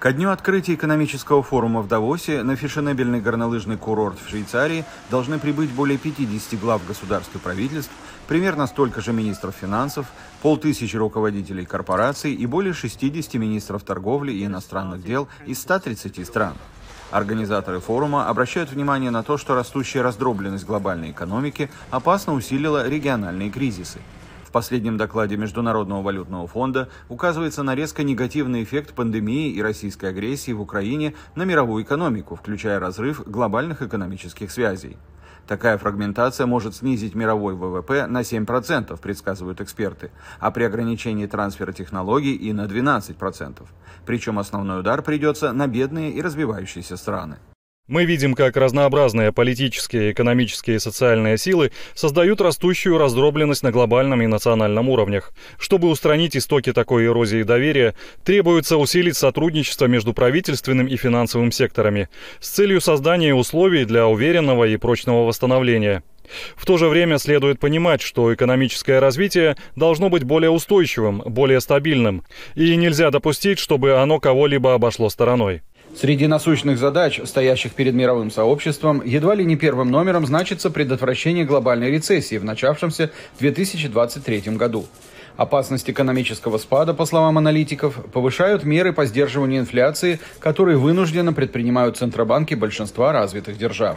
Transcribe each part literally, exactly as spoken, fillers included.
Ко дню открытия экономического форума в Давосе на фешенебельный горнолыжный курорт в Швейцарии должны прибыть более пятидесяти глав государств и правительств, примерно столько же министров финансов, полтысячи руководителей корпораций и более шестидесяти министров торговли и иностранных дел из ста тридцати стран. Организаторы форума обращают внимание на то, что растущая раздробленность глобальной экономики опасно усилила региональные кризисы. В последнем докладе Международного валютного фонда указывается на резко негативный эффект пандемии и российской агрессии в Украине на мировую экономику, включая разрыв глобальных экономических связей. Такая фрагментация может снизить мировой ВВП на семь процентов, предсказывают эксперты, а при ограничении трансфера технологий и на двенадцать процентов. Причем основной удар придется на бедные и развивающиеся страны. Мы видим, как разнообразные политические, экономические и социальные силы создают растущую раздробленность на глобальном и национальном уровнях. Чтобы устранить истоки такой эрозии доверия, требуется усилить сотрудничество между правительственным и финансовым секторами с целью создания условий для уверенного и прочного восстановления. В то же время следует понимать, что экономическое развитие должно быть более устойчивым, более стабильным, и нельзя допустить, чтобы оно кого-либо обошло стороной. Среди насущных задач, стоящих перед мировым сообществом, едва ли не первым номером значится предотвращение глобальной рецессии в начавшемся две тысячи двадцать третьем году. Опасность экономического спада, по словам аналитиков, повышают меры по сдерживанию инфляции, которые вынужденно предпринимают центробанки большинства развитых держав.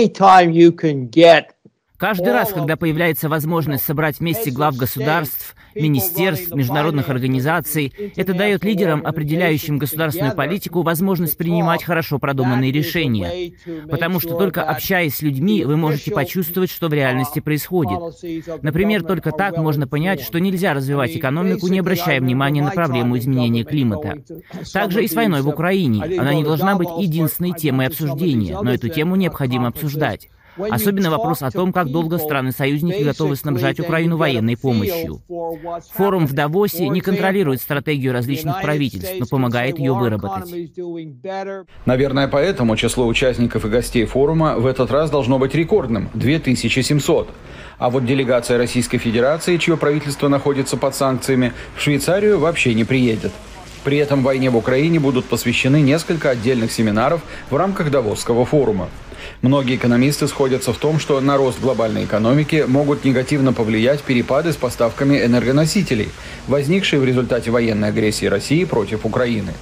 Каждый раз, когда появляется возможность собрать вместе глав государств, министерств, международных организаций, это дает лидерам, определяющим государственную политику, возможность принимать хорошо продуманные решения. Потому что только общаясь с людьми, вы можете почувствовать, что в реальности происходит. Например, только так можно понять, что нельзя развивать экономику, не обращая внимания на проблему изменения климата. Также и с войной в Украине. Она не должна быть единственной темой обсуждения, но эту тему необходимо обсуждать. Особенно вопрос о том, как долго страны-союзники готовы снабжать Украину военной помощью. Форум в Давосе не контролирует стратегию различных правительств, но помогает ее выработать. Наверное, поэтому число участников и гостей форума в этот раз должно быть рекордным – две тысячи семьсот. А вот делегация Российской Федерации, чье правительство находится под санкциями, в Швейцарию вообще не приедет. При этом войне в Украине будут посвящены несколько отдельных семинаров в рамках Давосского форума. Многие экономисты сходятся в том, что на рост глобальной экономики могут негативно повлиять перепады с поставками энергоносителей, возникшие в результате военной агрессии России против Украины.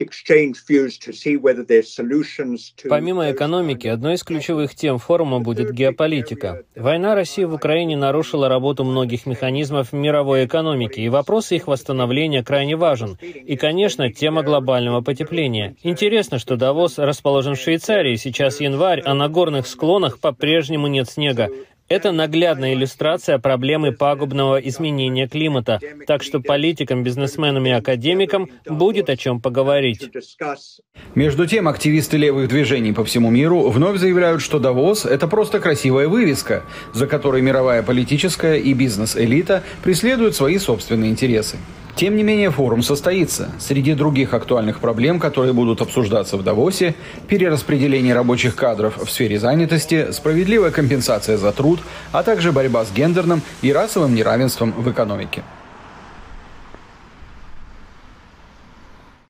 Помимо экономики, одной из ключевых тем форума будет геополитика. Война России в Украине нарушила работу многих механизмов мировой экономики, и вопрос их восстановления крайне важен. И, конечно, тема глобального потепления. Интересно, что Давос расположен в Швейцарии, сейчас январь, а на горных склонах по-прежнему нет снега. Это наглядная иллюстрация проблемы пагубного изменения климата, так что политикам, бизнесменам и академикам будет о чем поговорить. Между тем, активисты левых движений по всему миру вновь заявляют, что Давос – это просто красивая вывеска, за которой мировая политическая и бизнес-элита преследуют свои собственные интересы. Тем не менее, форум состоится. Среди других актуальных проблем, которые будут обсуждаться в Давосе, перераспределение рабочих кадров в сфере занятости, справедливая компенсация за труд, а также борьба с гендерным и расовым неравенством в экономике.